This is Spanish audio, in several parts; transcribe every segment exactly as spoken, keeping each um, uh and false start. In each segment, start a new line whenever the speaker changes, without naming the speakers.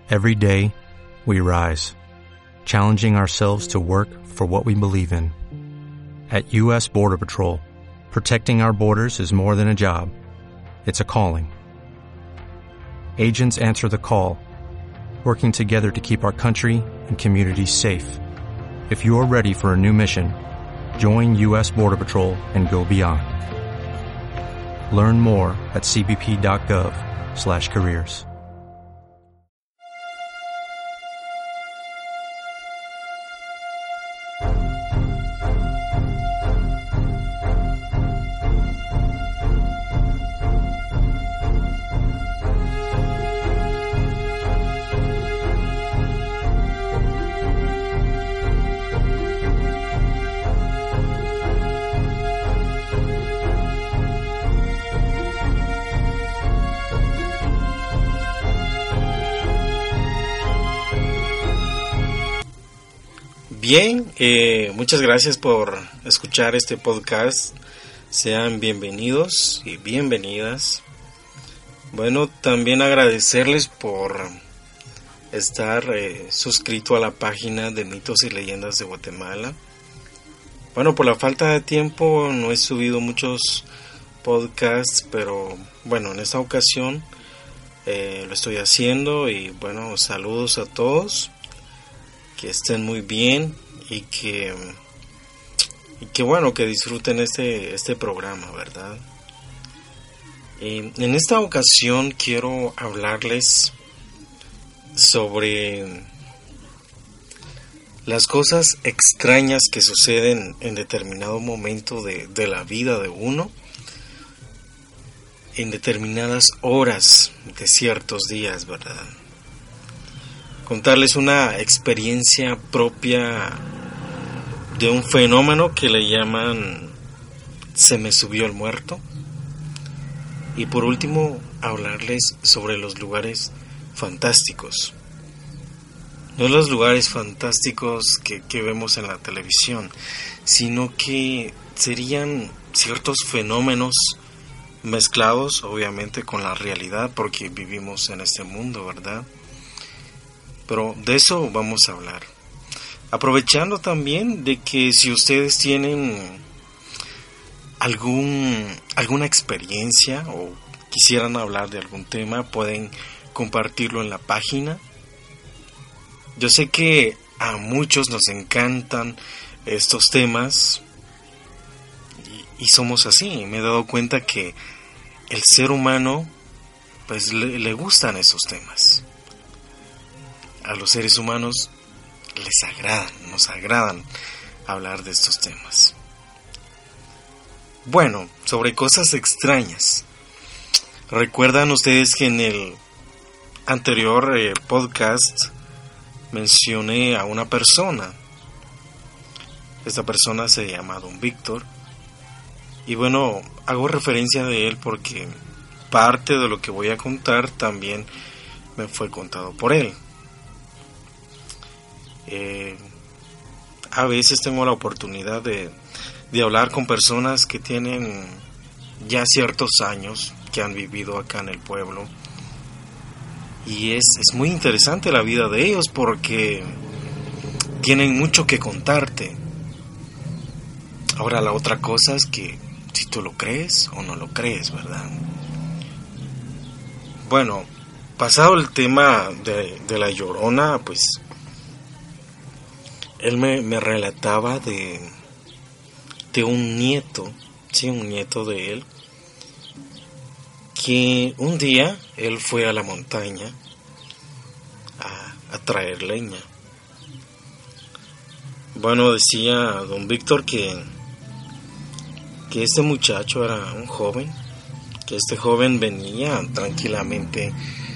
Every day, we rise, challenging ourselves to work for what we believe in. At U S Border Patrol, protecting our borders is more than a job. It's a calling. Agents answer the call, working together to keep our country and communities safe. If you are ready for a new mission, join U S Border Patrol and go beyond. Learn more at c b p dot gov slash careers.
Bien, eh, muchas gracias por escuchar este podcast. Sean bienvenidos y bienvenidas. Bueno, también agradecerles por estar eh, suscrito a la página de Mitos y Leyendas de Guatemala. Bueno, por la falta de tiempo no he subido muchos podcasts, pero bueno, en esta ocasión eh, lo estoy haciendo y bueno, saludos a todos. Que estén muy bien y que y que bueno que disfruten este este programa, ¿verdad? Eh, en esta ocasión quiero hablarles sobre las cosas extrañas que suceden en determinado momento de, de la vida de uno, en determinadas horas de ciertos días, ¿verdad? Contarles una experiencia propia de un fenómeno que le llaman se me subió el muerto. Y por último, hablarles sobre los lugares fantásticos. No los lugares fantásticos que, que vemos en la televisión, sino que serían ciertos fenómenos mezclados, obviamente, con la realidad, porque vivimos en este mundo, ¿verdad? Pero de eso vamos a hablar. Aprovechando también de que si ustedes tienen algún alguna experiencia o quisieran hablar de algún tema, pueden compartirlo en la página. Yo sé que a muchos nos encantan estos temas y, y somos así. Me he dado cuenta que el ser humano pues le, le gustan esos temas. A los seres humanos les agradan, nos agradan hablar de estos temas. Bueno, sobre cosas extrañas. ¿Recuerdan ustedes que en el anterior eh, podcast mencioné a una persona? Esta persona se llama Don Víctor. Y bueno, hago referencia de él porque parte de lo que voy a contar también me fue contado por él. Eh, a veces tengo la oportunidad de, de hablar con personas que tienen ya ciertos años, que han vivido acá en el pueblo, y es, es muy interesante la vida de ellos porque tienen mucho que contarte. Ahora la otra cosa es que si tú lo crees o no lo crees, ¿verdad? Bueno, pasado el tema de, de la Llorona, pues él me, me relataba de, de un nieto, sí, un nieto de él, que un día él fue a la montaña a, a traer leña. Bueno, decía don Víctor que, que este muchacho era un joven, que este joven venía tranquilamente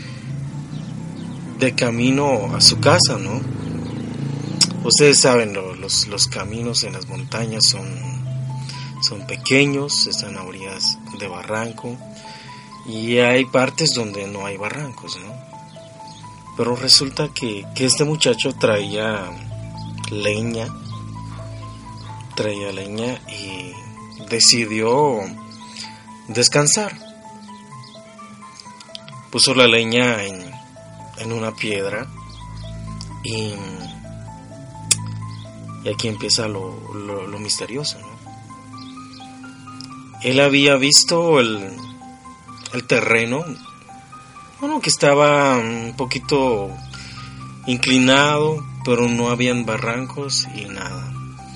de camino a su casa, ¿no? Ustedes saben, los, los caminos en las montañas son, son pequeños, están a orillas de barranco y hay partes donde no hay barrancos, ¿no? Pero resulta que, que este muchacho traía leña, traía leña y decidió descansar. Puso la leña en, en una piedra y, y aquí empieza lo, lo, lo misterioso, ¿no? Él había visto el, el terreno, bueno, que estaba un poquito inclinado, pero no habían barrancos y nada.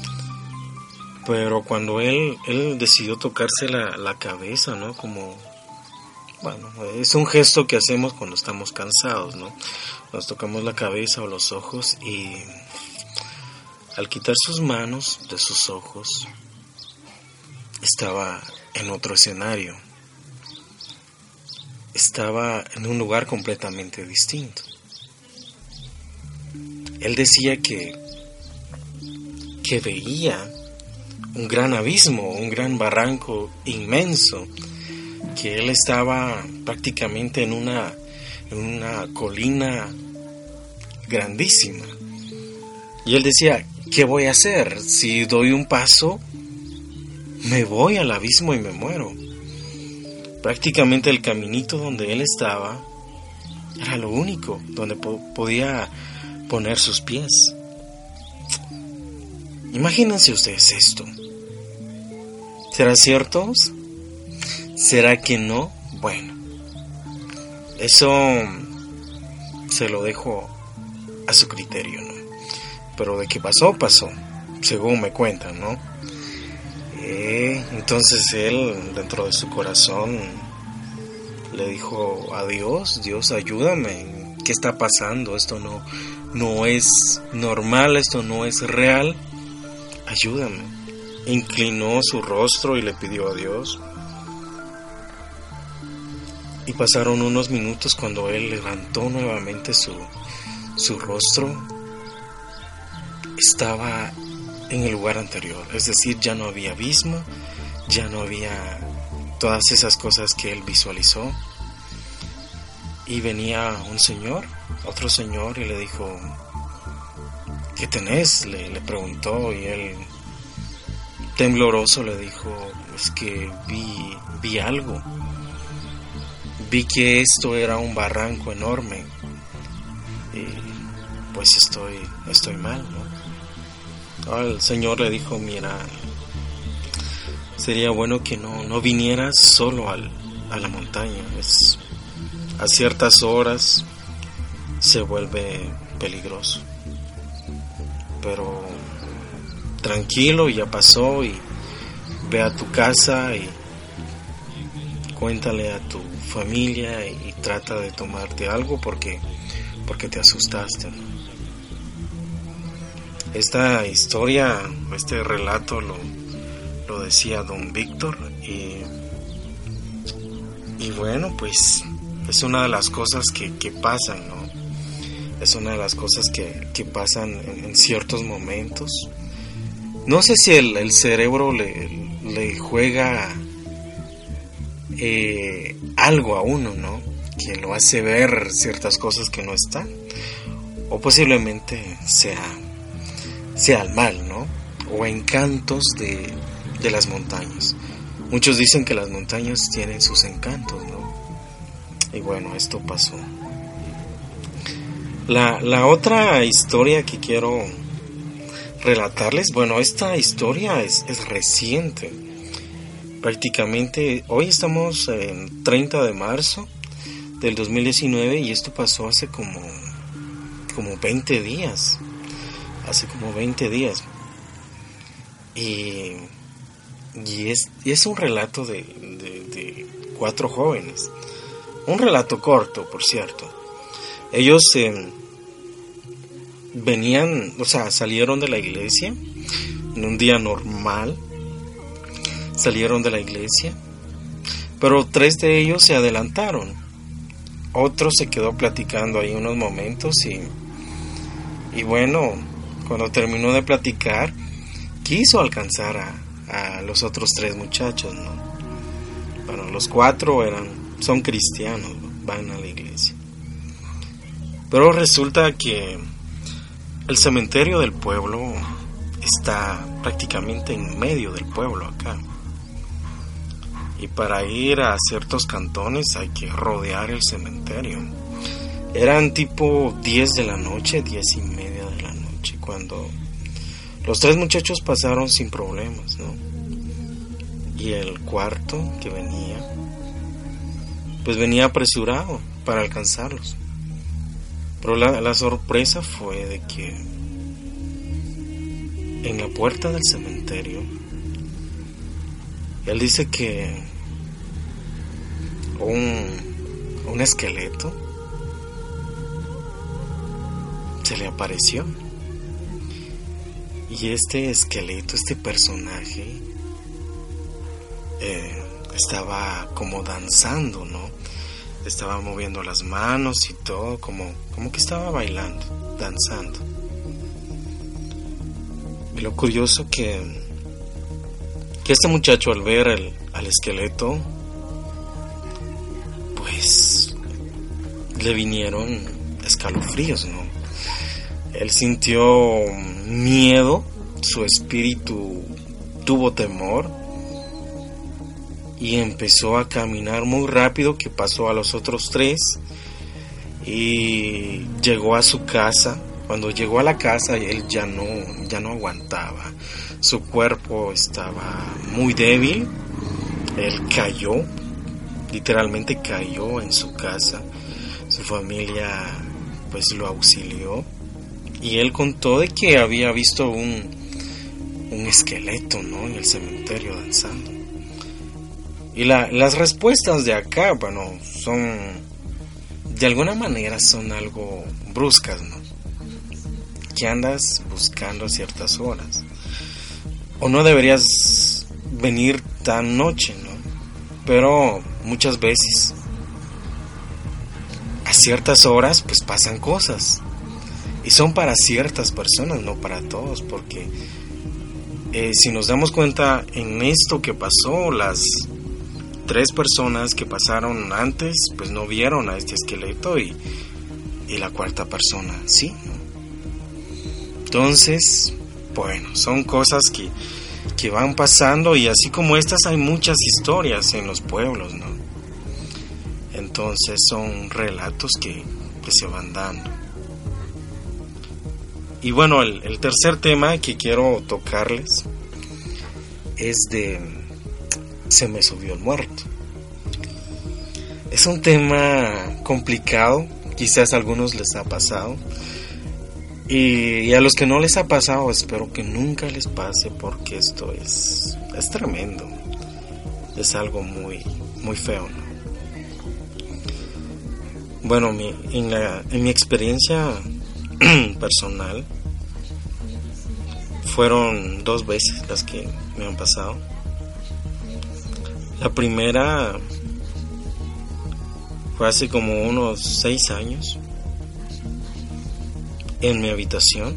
Pero cuando él, él decidió tocarse la, la cabeza, ¿no? Como, bueno, es un gesto que hacemos cuando estamos cansados, ¿no? Nos tocamos la cabeza o los ojos y al quitar sus manos de sus ojos, estaba en otro escenario. Estaba en un lugar completamente distinto. Él decía que, que veía un gran abismo, un gran barranco inmenso, que él estaba prácticamente en una, en una colina grandísima. Y él decía, ¿qué voy a hacer? Si doy un paso, me voy al abismo y me muero. Prácticamente el caminito donde él estaba era lo único donde po- podía poner sus pies. Imagínense ustedes esto. ¿Será cierto? ¿Será que no? Bueno, eso se lo dejo a su criterio, ¿no? Pero de qué pasó, pasó, según me cuentan, ¿no? Eh, entonces él, dentro de su corazón, le dijo a Dios, Dios, ayúdame, ¿qué está pasando? Esto no, no es normal, esto no es real, ayúdame. Inclinó su rostro y le pidió a Dios. Y pasaron unos minutos cuando él levantó nuevamente su, su rostro. Estaba en el lugar anterior, es decir, ya no había abismo, ya no había todas esas cosas que él visualizó. Y venía un señor, otro señor, y le dijo, ¿qué tenés? Le, le preguntó, y él, tembloroso, le dijo, es que vi, vi algo. Vi que esto era un barranco enorme y pues estoy, estoy mal, ¿no? Ahora el Señor le dijo, mira, sería bueno que no, no vinieras solo al, a la montaña. Es, a ciertas horas se vuelve peligroso. Pero tranquilo, ya pasó, y ve a tu casa y cuéntale a tu familia y trata de tomarte algo porque, porque te asustaste, ¿no? Esta historia, este relato lo, lo decía don Víctor y, y bueno, pues es una de las cosas que, que pasan, ¿no? Es una de las cosas que, que pasan en, en ciertos momentos. No sé si el, el cerebro le, le juega eh, algo a uno, ¿no? Que lo hace ver ciertas cosas que no están. O posiblemente sea, sea el mal, ¿no? O encantos de, de las montañas. Muchos dicen que las montañas tienen sus encantos, ¿no? Y bueno, esto pasó. La, la otra historia que quiero relatarles, bueno, esta historia es, es reciente. Prácticamente hoy estamos en treinta de marzo del dos mil diecinueve y esto pasó hace como, como veinte días. Hace como veinte días. Y, y, es, y es un relato de, de, de cuatro jóvenes. Un relato corto, por cierto. Ellos eh, venían, o sea, salieron de la iglesia en un día normal. Salieron de la iglesia, pero tres de ellos se adelantaron. Otro se quedó platicando ahí unos momentos y, y bueno, cuando terminó de platicar, quiso alcanzar a, a los otros tres muchachos, ¿no? Bueno, los cuatro eran, son cristianos, ¿no? Van a la iglesia. Pero resulta que el cementerio del pueblo está prácticamente en medio del pueblo acá. Y para ir a ciertos cantones hay que rodear el cementerio. Eran tipo diez de la noche, diez y media de la noche, cuando los tres muchachos pasaron sin problemas, ¿no? Y el cuarto que venía, pues venía apresurado para alcanzarlos. Pero la, la sorpresa fue de que en la puerta del cementerio, él dice que un, un esqueleto se le apareció. Y este esqueleto, este personaje, eh, estaba como danzando, ¿no? Estaba moviendo las manos y todo, como, como que estaba bailando, danzando. Y lo curioso que, que este muchacho, al ver el, al esqueleto, pues le vinieron escalofríos, ¿no? Él sintió miedo, su espíritu tuvo temor y empezó a caminar muy rápido, que pasó a los otros tres y llegó a su casa. Cuando llegó a la casa, él ya no, ya no aguantaba, su cuerpo estaba muy débil, él cayó, literalmente cayó en su casa, su familia pues lo auxilió. Y él contó de que había visto un, un esqueleto, ¿no?, en el cementerio danzando. Y la, las respuestas de acá, bueno, son, de alguna manera son algo bruscas, ¿no? Que andas buscando a ciertas horas. O no deberías venir tan noche, ¿no? Pero muchas veces, a ciertas horas, pues pasan cosas. Y son para ciertas personas, no para todos, porque eh, si nos damos cuenta en esto que pasó, las tres personas que pasaron antes, pues no vieron a este esqueleto y, y la cuarta persona sí, ¿no? Entonces, bueno, son cosas que, que van pasando, y así como estas hay muchas historias en los pueblos, ¿no? Entonces son relatos que, que se van dando. Y bueno, el, el tercer tema que quiero tocarles es de Se me subió el muerto. Es un tema complicado, quizás a algunos les ha pasado, y, y a los que no les ha pasado espero que nunca les pase, porque esto es, es tremendo, es algo muy, muy feo, ¿no? Bueno, mi, en, la, en mi experiencia personal, fueron dos veces las que me han pasado. La primera fue hace como unos seis años, en mi habitación.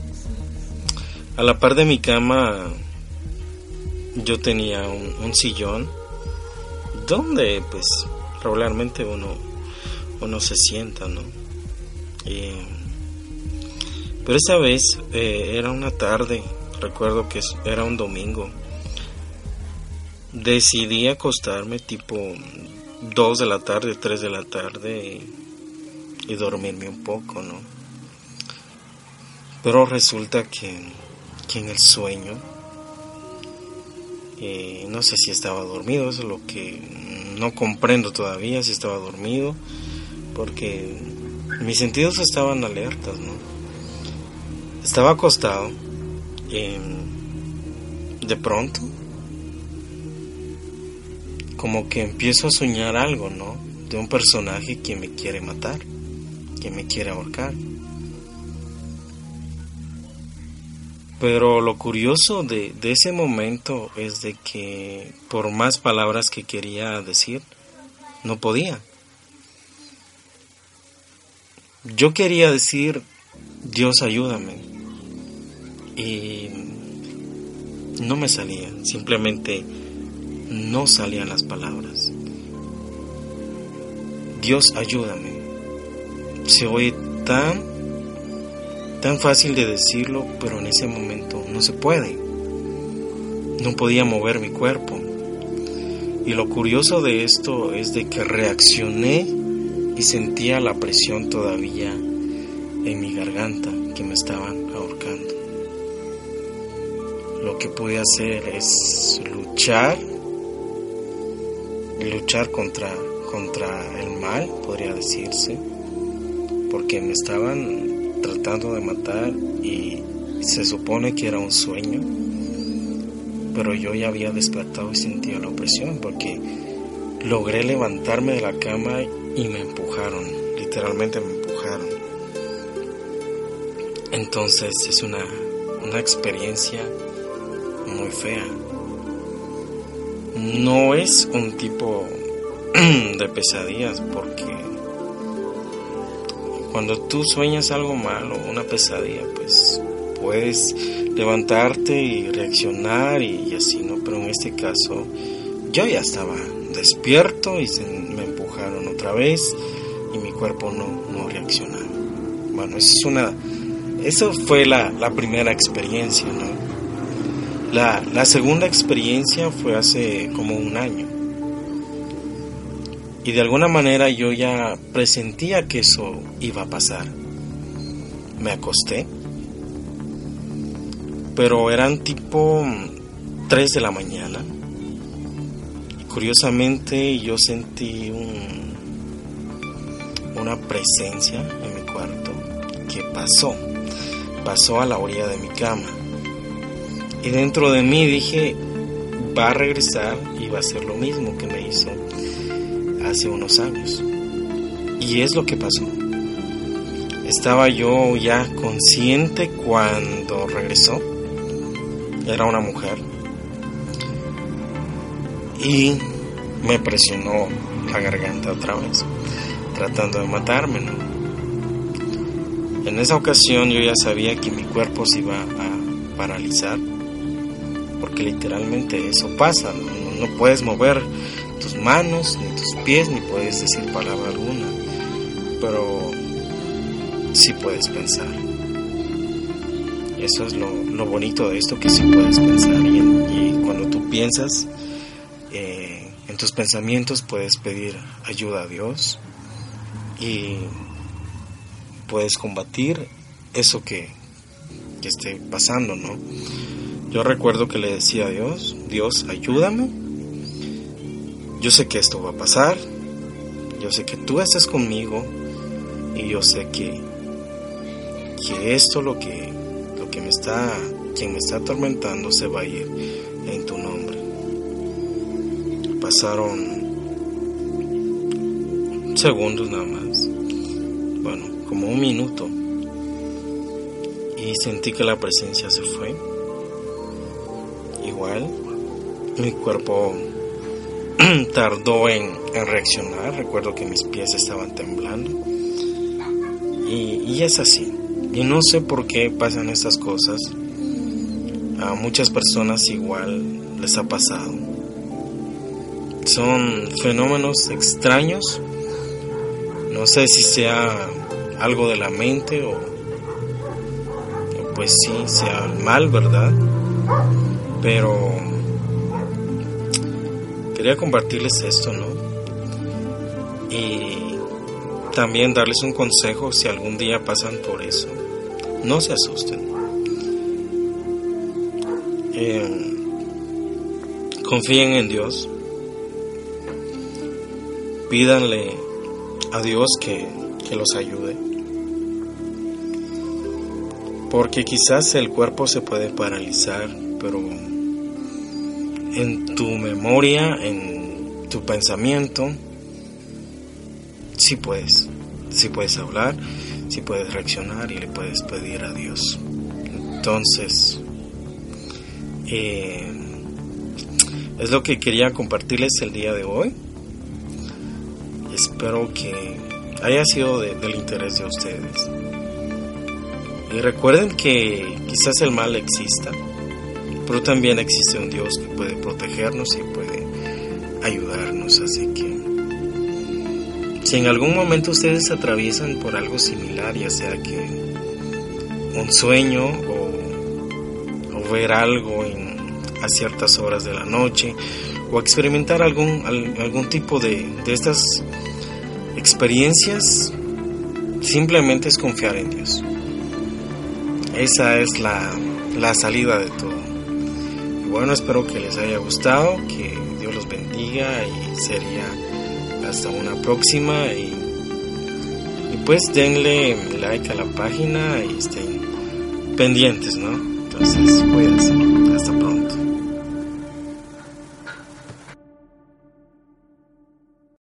A la par de mi cama yo tenía un, un sillón donde pues regularmente uno, uno se sienta, ¿no? Y pero esta vez eh, era una tarde, recuerdo que era un domingo. Decidí acostarme tipo dos de la tarde, tres de la tarde y, y dormirme un poco, ¿no? Pero resulta que, que en el sueño, eh, no sé si estaba dormido, eso es lo que no comprendo todavía, si estaba dormido, porque mis sentidos estaban alertas, ¿no? Estaba acostado y de pronto como que empiezo a soñar algo, ¿no? De un personaje que me quiere matar, que me quiere ahorcar. Pero lo curioso de, de ese momento es de que por más palabras que quería decir, no podía. Yo quería decir, Dios ayúdame, y no me salía, simplemente no salían las palabras. Dios ayúdame. Se oye tan, tan fácil de decirlo, pero en ese momento no se puede. No podía mover mi cuerpo. Y lo curioso de esto es de que reaccioné y sentía la presión todavía en mi garganta que me estaban ahorcando. Lo que pude hacer es luchar, luchar contra, contra el mal, podría decirse, porque me estaban tratando de matar y se supone que era un sueño, pero yo ya había despertado y sentía la opresión porque logré levantarme de la cama y me empujaron, literalmente me empujaron. Entonces es una, una experiencia muy fea. No es un tipo de pesadillas, porque cuando tú sueñas algo malo, una pesadilla, pues puedes levantarte y reaccionar y, y así, ¿no? Pero en este caso yo ya estaba despierto y se, me empujaron otra vez y mi cuerpo no, no reaccionaba. Bueno, eso es una, eso fue la, la primera experiencia, ¿no? La, la segunda experiencia fue hace como un año. Y de alguna manera yo ya presentía que eso iba a pasar. Me acosté, pero eran tipo tres de la mañana. Y curiosamente yo sentí un, una presencia en mi cuarto que pasó, pasó a la orilla de mi cama. Y dentro de mí dije, va a regresar y va a hacer lo mismo que me hizo hace unos años. Y es lo que pasó. Estaba yo ya consciente cuando regresó. Era una mujer. Y me presionó la garganta otra vez, tratando de matarme, ¿no? En esa ocasión yo ya sabía que mi cuerpo se iba a paralizar, porque literalmente eso pasa, no, no puedes mover tus manos, ni tus pies, ni puedes decir palabra alguna, pero sí puedes pensar. Eso es lo, lo bonito de esto, que sí puedes pensar, y, y cuando tú piensas, eh, en tus pensamientos puedes pedir ayuda a Dios y puedes combatir eso que, que esté pasando, ¿no? Yo recuerdo que le decía a Dios, Dios, ayúdame, yo sé que esto va a pasar, yo sé que tú estás conmigo y yo sé que, que esto lo que, lo que me está, quien me está atormentando se va a ir en tu nombre. Pasaron segundos nada más, bueno, como un minuto, y sentí que la presencia se fue. Igual, mi cuerpo tardó en, en reaccionar. Recuerdo que mis pies estaban temblando. Y, y es así. Y no sé por qué pasan estas cosas. A muchas personas igual les ha pasado. Son fenómenos extraños. No sé si sea algo de la mente o, o pues sí, sea el mal, ¿verdad? Pero quería compartirles esto, ¿no? Y también darles un consejo si algún día pasan por eso. No se asusten. Eh, confíen en Dios. Pídanle a Dios que, que los ayude. Porque quizás el cuerpo se puede paralizar, pero en tu memoria, en tu pensamiento, sí puedes, sí puedes hablar, sí puedes reaccionar y le puedes pedir a Dios. Entonces, eh, es lo que quería compartirles el día de hoy. Espero que haya sido de, del interés de ustedes. Y recuerden que quizás el mal exista, pero también existe un Dios que puede protegernos y puede ayudarnos. Así que si en algún momento ustedes atraviesan por algo similar, ya sea que un sueño o, o ver algo en, a ciertas horas de la noche, o experimentar algún, algún tipo de, de estas experiencias, simplemente es confiar en Dios. Esa es la, la salida de todo. Y bueno, espero que les haya gustado, que Dios los bendiga y sería hasta una próxima. Y, y pues denle like a la página y estén pendientes, ¿no? Entonces, cuídense.